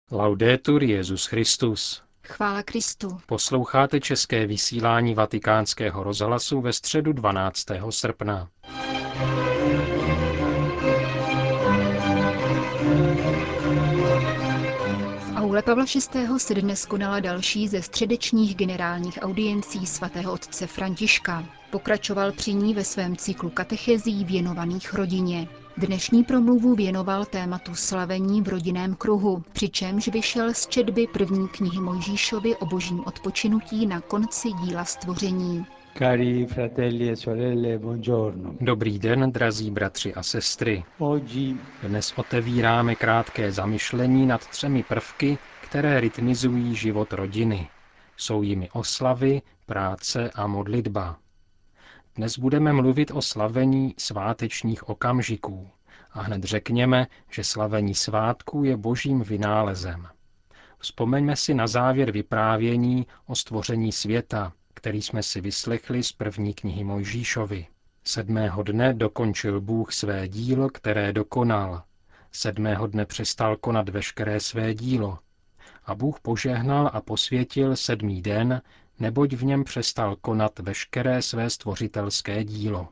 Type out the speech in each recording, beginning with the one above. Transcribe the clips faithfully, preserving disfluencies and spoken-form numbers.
Laudetur Jesus Christus. Chvála Kristu. Posloucháte české vysílání Vatikánského rozhlasu ve středu dvanáctého srpna. V aule Pavla šestého se dnes konala další ze středečních generálních audiencí svatého otce Františka. Pokračoval při ní ve svém cyklu katechezí věnovaných rodině. Dnešní promluvu věnoval tématu slavení v rodinném kruhu, přičemž vyšel z četby první knihy Mojžíšovy o božím odpočinutí na konci díla stvoření. Cari fratelli e sorelle, buongiorno. Dobrý den, drazí bratři a sestry. Oggi Dnes otevíráme krátké zamyšlení nad třemi prvky, které rytmizují život rodiny. Jsou jimi oslavy, práce a modlitba. Dnes budeme mluvit o slavení svátečních okamžiků. A hned řekněme, že slavení svátků je božím vynálezem. Vzpomeňme si na závěr vyprávění o stvoření světa, který jsme si vyslechli z první knihy Mojžíšovy. Sedmého dne dokončil Bůh své dílo, které dokonal. Sedmého dne přestal konat veškeré své dílo. A Bůh požehnal a posvětil sedmý den, neboť v něm přestal konat veškeré své stvořitelské dílo.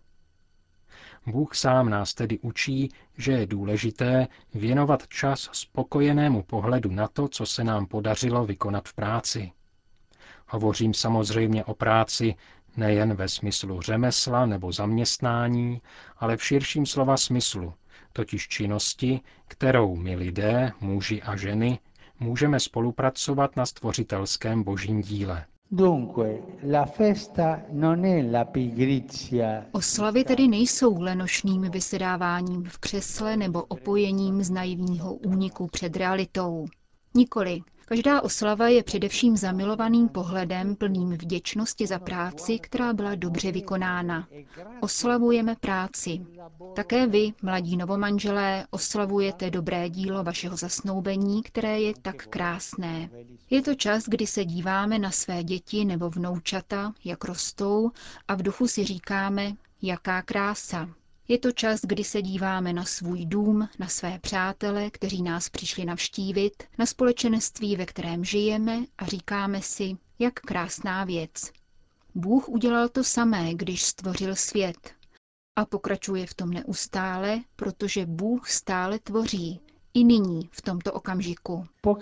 Bůh sám nás tedy učí, že je důležité věnovat čas spokojenému pohledu na to, co se nám podařilo vykonat v práci. Hovořím samozřejmě o práci nejen ve smyslu řemesla nebo zaměstnání, ale v širším slova smyslu, totiž činnosti, kterou my lidé, muži a ženy, můžeme spolupracovat na stvořitelském božím díle. Dunque, la festa non è la pigrizia. Oslavy tedy nejsou lenošným vysedáváním v křesle nebo opojením z naivního úniku před realitou. Nikoli. Každá oslava je především zamilovaným pohledem plným vděčnosti za práci, která byla dobře vykonána. Oslavujeme práci. Také vy, mladí novomanželé, oslavujete dobré dílo vašeho zasnoubení, které je tak krásné. Je to čas, kdy se díváme na své děti nebo vnoučata, jak rostou, a v duchu si říkáme, jaká krása. Je to čas, kdy se díváme na svůj dům, na své přátele, kteří nás přišli navštívit, na společenství, ve kterém žijeme a říkáme si, jak krásná věc. Bůh udělal to samé, když stvořil svět. A pokračuje v tom neustále, protože Bůh stále tvoří. I nyní, v tomto okamžiku.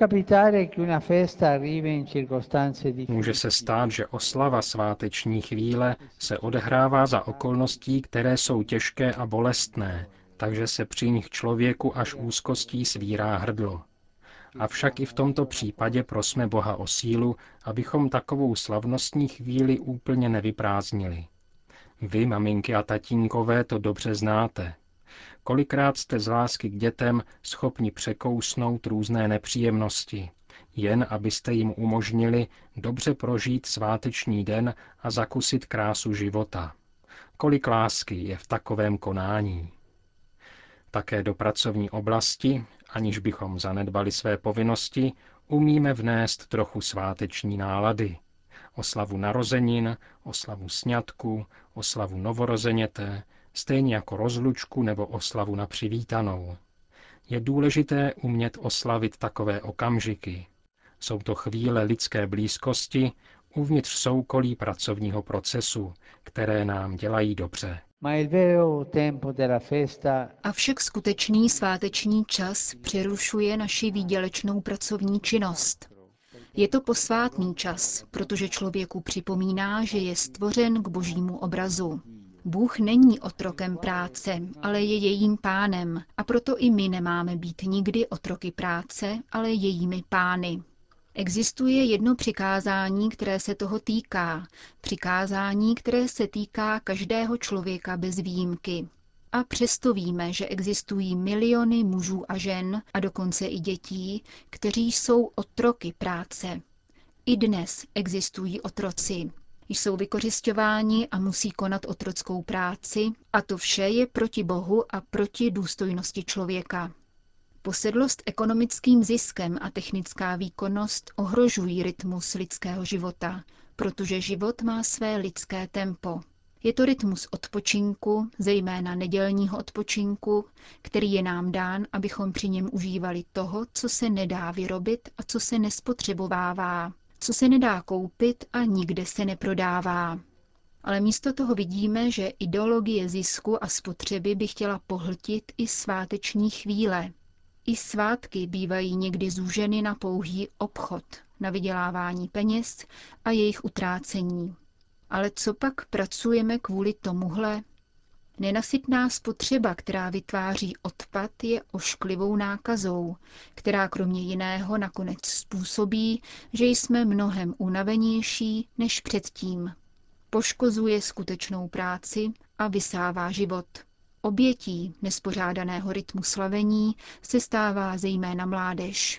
Může se stát, že oslava sváteční chvíle se odehrává za okolností, které jsou těžké a bolestné, takže se při nich člověku až úzkostí svírá hrdlo. Avšak i v tomto případě prosme Boha o sílu, abychom takovou slavnostní chvíli úplně nevyprázdnili. Vy, maminky a tatínkové, to dobře znáte. Kolikrát jste z lásky k dětem schopni překousnout různé nepříjemnosti, jen abyste jim umožnili dobře prožít sváteční den a zakusit krásu života. Kolik lásky je v takovém konání. Také do pracovní oblasti, aniž bychom zanedbali své povinnosti, umíme vnést trochu sváteční nálady. Oslavu narozenin, oslavu sňatku, oslavu novorozeněte, stejně jako rozlučku nebo oslavu na přivítanou. Je důležité umět oslavit takové okamžiky. Jsou to chvíle lidské blízkosti uvnitř soukolí pracovního procesu, které nám dělají dobře. Avšak skutečný sváteční čas přerušuje naši výdělečnou pracovní činnost. Je to posvátný čas, protože člověku připomíná, že je stvořen k božímu obrazu. Bůh není otrokem práce, ale je jejím pánem, a proto i my nemáme být nikdy otroky práce, ale jejími pány. Existuje jedno přikázání, které se toho týká, přikázání, které se týká každého člověka bez výjimky. A přesto víme, že existují miliony mužů a žen, a dokonce i dětí, kteří jsou otroky práce. I dnes existují otroci. Jsou vykořisťováni a musí konat otrockou práci, a to vše je proti Bohu a proti důstojnosti člověka. Posedlost ekonomickým ziskem a technická výkonnost ohrožují rytmus lidského života, protože život má své lidské tempo. Je to rytmus odpočinku, zejména nedělního odpočinku, který je nám dán, abychom při něm užívali toho, co se nedá vyrobit a co se nespotřebovává, co se nedá koupit a nikde se neprodává. Ale místo toho vidíme, že ideologie zisku a spotřeby by chtěla pohltit i sváteční chvíle. I svátky bývají někdy zúženy na pouhý obchod, na vydělávání peněz a jejich utrácení. Ale co pak pracujeme kvůli tomuhle? Nenasytná spotřeba, která vytváří odpad, je ošklivou nákazou, která kromě jiného nakonec způsobí, že jsme mnohem unavenější než předtím. Poškozuje skutečnou práci a vysává život. Obětí nespořádaného rytmu slavení se stává zejména mládež.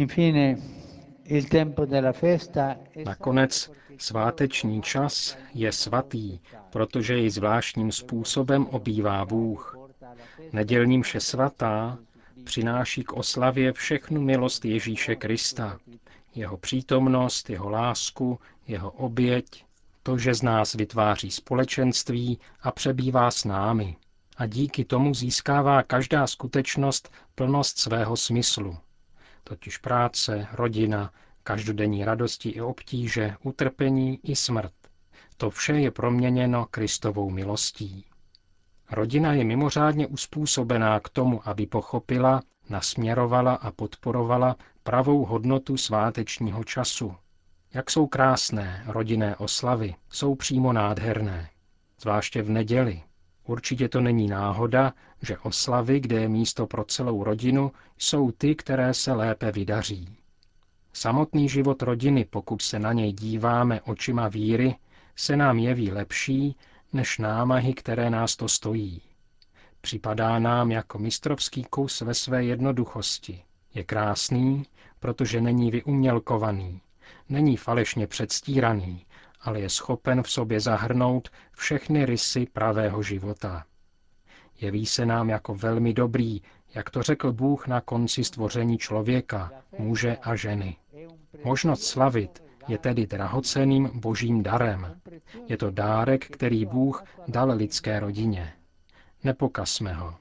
Nakonec sváteční čas je svatý, protože jej zvláštním způsobem obývá Bůh. Nedělní mše svatá přináší k oslavě všechnu milost Ježíše Krista, jeho přítomnost, jeho lásku, jeho oběť, to, že z nás vytváří společenství a přebývá s námi. A díky tomu získává každá skutečnost plnost svého smyslu. Totiž práce, rodina, každodenní radosti i obtíže, utrpení i smrt. To vše je proměněno Kristovou milostí. Rodina je mimořádně uspůsobená k tomu, aby pochopila, nasměrovala a podporovala pravou hodnotu svátečního času. Jak jsou krásné rodinné oslavy, jsou přímo nádherné. Zvláště v neděli. Určitě to není náhoda, že oslavy, kde je místo pro celou rodinu, jsou ty, které se lépe vydaří. Samotný život rodiny, pokud se na něj díváme očima víry, se nám jeví lepší, než námahy, které nás to stojí. Připadá nám jako mistrovský kus ve své jednoduchosti. Je krásný, protože není vyumělkovaný, není falešně předstíraný, ale je schopen v sobě zahrnout všechny rysy pravého života. Jeví se nám jako velmi dobrý, jak to řekl Bůh na konci stvoření člověka, muže a ženy. Možnost slavit je tedy drahocenným božím darem. Je to dárek, který Bůh dal lidské rodině. Nepokazme ho.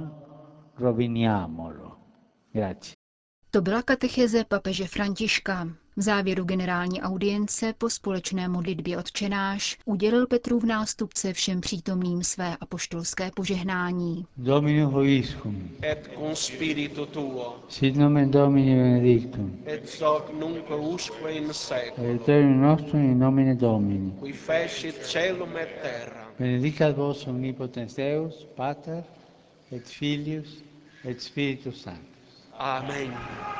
To byla katecheze papeže Františka. V závěru generální audience po společné modlitbě Otčenáš udělil Petrův nástupce všem přítomným své apoštolské požehnání. Dominus vobiscum. Et cum spiritu tuo. Sit nomen Domini benedictum. Et hoc nunc usque in seculum. Aiuterium nostrum in nomine Domini. Qui fecit caelum et terra. Benedicat vos omnipotens Deus, Pater et Filius et Spiritus Sanctus. Amen.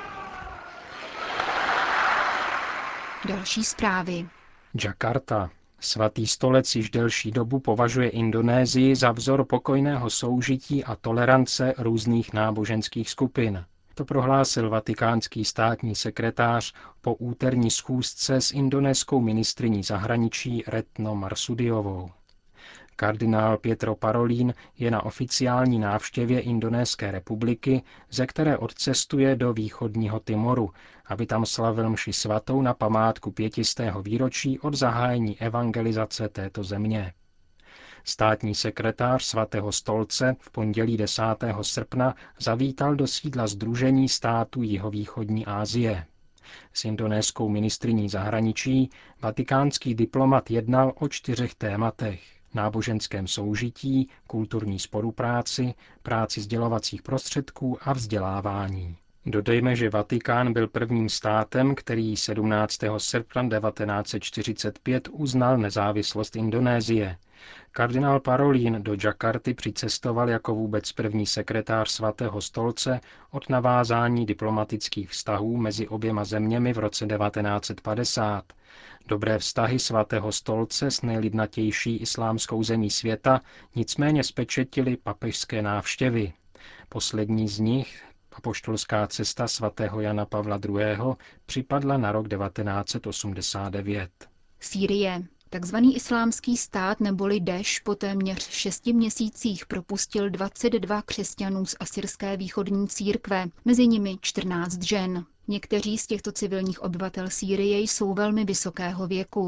Další zprávy. Jakarta. Svatý stolec již delší dobu považuje Indonésii za vzor pokojného soužití a tolerance různých náboženských skupin. To prohlásil vatikánský státní sekretář po úterní schůzce s indonéskou ministryní zahraničí Retno Marsudiovou. Kardinál Pietro Parolin je na oficiální návštěvě Indonéské republiky, ze které odcestuje do východního Timoru, aby tam slavil mši svatou na památku pětistého výročí od zahájení evangelizace této země. Státní sekretář svatého stolce v pondělí desátého srpna zavítal do sídla Sdružení států jihovýchodní Asie. S indonéskou ministryní zahraničí vatikánský diplomat jednal o čtyřech tématech: náboženském soužití, kulturní spolupráci, práci sdělovacích prostředků a vzdělávání. Dodejme, že Vatikán byl prvním státem, který sedmnáctého srpna devatenáct set čtyřicet pět uznal nezávislost Indonésie. Kardinál Parolin do Jakarty přicestoval jako vůbec první sekretář svatého stolce od navázání diplomatických vztahů mezi oběma zeměmi v roce devatenáct set padesát. Dobré vztahy svatého stolce s nejlidnatější islámskou zemí světa nicméně spečetily papežské návštěvy. Poslední z nich, apoštolská cesta svatého Jana Pavla druhého., připadla na rok devatenáct set osmdesát devět. Sýrie. Takzvaný islámský stát neboli Deš po téměř šesti měsících propustil dvacet dva křesťanů z asyrské východní církve, mezi nimi čtrnáct žen. Někteří z těchto civilních obyvatel Sýrie jsou velmi vysokého věku.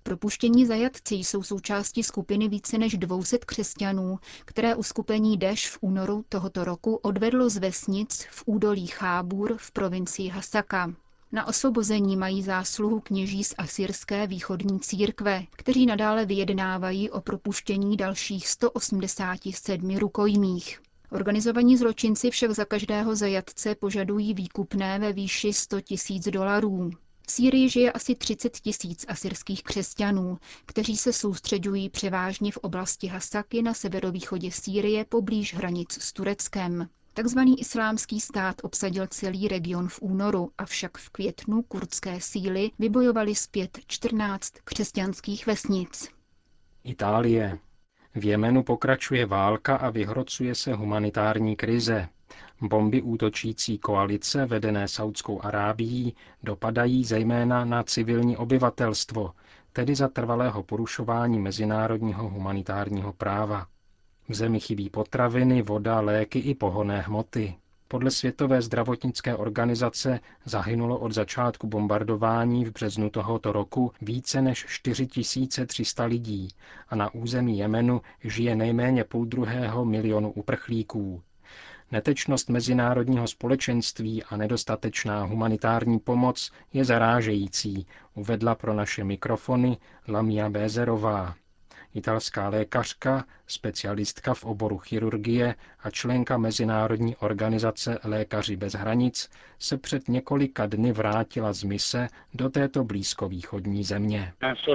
Propuštění zajatci jsou součástí skupiny více než dvě stě křesťanů, které uskupení Daesh v únoru tohoto roku odvedlo z vesnic v údolí Chábur v provincii Hasaka. Na osvobození mají zásluhu kněží z asyrské východní církve, kteří nadále vyjednávají o propuštění dalších sto osmdesát sedm rukojmích. Organizovaní zločinci však za každého zajatce požadují výkupné ve výši sto tisíc dolarů. V Sýrii žije asi třicet tisíc asyrských křesťanů, kteří se soustřeďují převážně v oblasti Hasaky na severovýchodě Sýrie poblíž hranic s Tureckem. Takzvaný islámský stát obsadil celý region v únoru, avšak v květnu kurdské síly vybojovaly zpět čtrnáct křesťanských vesnic. Itálie. V Jemenu pokračuje válka a vyhrocuje se humanitární krize. Bomby útočící koalice vedené Saudskou Arábií dopadají zejména na civilní obyvatelstvo, tedy za trvalého porušování mezinárodního humanitárního práva. V zemi chybí potraviny, voda, léky i pohonné hmoty. Podle Světové zdravotnické organizace zahynulo od začátku bombardování v březnu tohoto roku více než čtyři tisíce tři sta lidí a na území Jemenu žije nejméně půl druhého milionu uprchlíků. Netečnost mezinárodního společenství a nedostatečná humanitární pomoc je zarážející, uvedla pro naše mikrofony Lamia Bézerová. Italská lékařka, specialistka v oboru chirurgie a členka mezinárodní organizace Lékaři bez hranic, se před několika dny vrátila z mise do této blízkovýchodní země.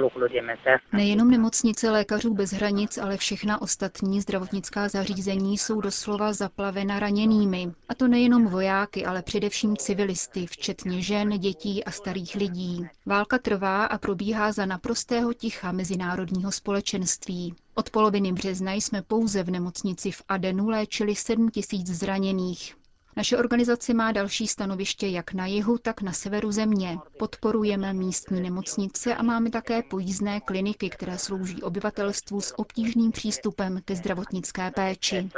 Nejenom nemocnice Lékařů bez hranic, ale všechna ostatní zdravotnická zařízení jsou doslova zaplavena raněnými. A to nejenom vojáky, ale především civilisty, včetně žen, dětí a starých lidí. Válka trvá a probíhá za naprostého ticha mezinárodního společenství. Od poloviny března jsme pouze v nemocnici v Adenu léčili sedm tisíc zraněných. Naše organizace má další stanoviště jak na jihu, tak na severu země. Podporujeme místní nemocnice a máme také pojízdné kliniky, které slouží obyvatelstvu s obtížným přístupem ke zdravotnické péči.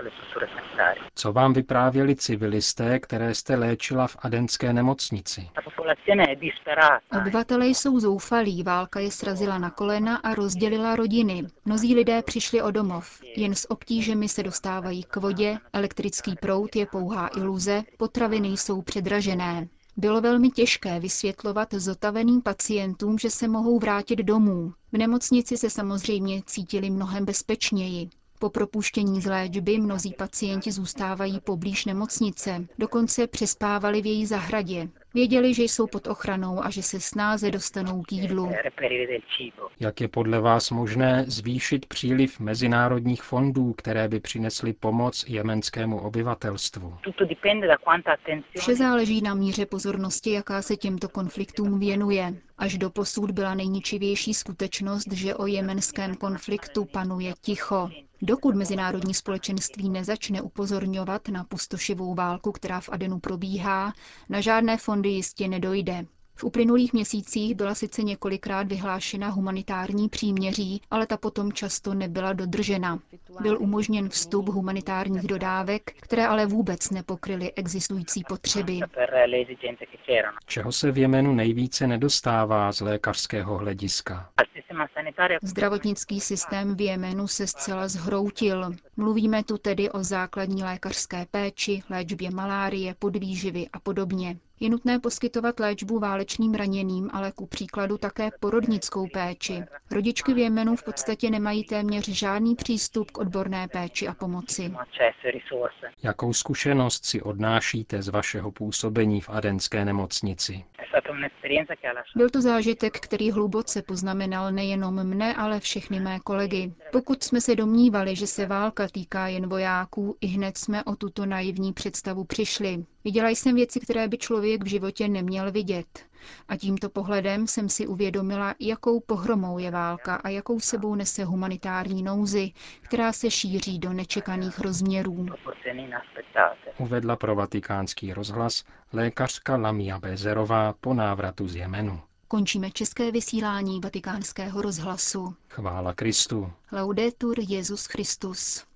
Co vám vyprávěli civilisté, které jste léčila v adenské nemocnici? Obyvatelé jsou zoufalí, válka je srazila na kolena a rozdělila rodiny. Mnozí lidé přišli o domov, jen s obtížemi se dostávají k vodě, elektrický proud je pouhá iluze, potraviny jsou předražené. Bylo velmi těžké vysvětlovat zotaveným pacientům, že se mohou vrátit domů. V nemocnici se samozřejmě cítili mnohem bezpečněji. Po propuštění z léčby mnozí pacienti zůstávají poblíž nemocnice, dokonce přespávali v její zahradě. Věděli, že jsou pod ochranou a že se snáze dostanou k jídlu. Jak je podle vás možné zvýšit příliv mezinárodních fondů, které by přinesly pomoc jemenskému obyvatelstvu? Vše záleží na míře pozornosti, jaká se těmto konfliktům věnuje. Až doposud byla nejničivější skutečnost, že o jemenském konfliktu panuje ticho. Dokud mezinárodní společenství nezačne upozorňovat na pustošivou válku, která v Adenu probíhá, na žádné fondy jistě nedojde. V uplynulých měsících byla sice několikrát vyhlášena humanitární příměří, ale ta potom často nebyla dodržena. Byl umožněn vstup humanitárních dodávek, které ale vůbec nepokryly existující potřeby. Čeho se v Jemenu nejvíce nedostává z lékařského hlediska? Zdravotnický systém v Jemenu se zcela zhroutil. Mluvíme tu tedy o základní lékařské péči, léčbě malárie, podvýživy a podobně. Je nutné poskytovat léčbu válečným raněným, ale ku příkladu také porodnickou péči. Rodičky v Jemenu v podstatě nemají téměř žádný přístup k odborné péči a pomoci. Jakou zkušenost si odnášíte z vašeho působení v adenské nemocnici? Byl to zážitek, který hluboce poznamenal nejenom mne, ale všechny mé kolegy. Pokud jsme se domnívali, že se válka týká jen vojáků, ihned jsme o tuto naivní představu přišli. Viděla jsem věci, které by člověk v životě neměl vidět. A tímto pohledem jsem si uvědomila, jakou pohromou je válka a jakou sebou nese humanitární nouzi, která se šíří do nečekaných rozměrů. Uvedla pro Vatikánský rozhlas lékařka Lamia Bézerová po návratu z Jemenu. Končíme české vysílání Vatikánského rozhlasu. Chvála Kristu. Laudetur Jesus Christus.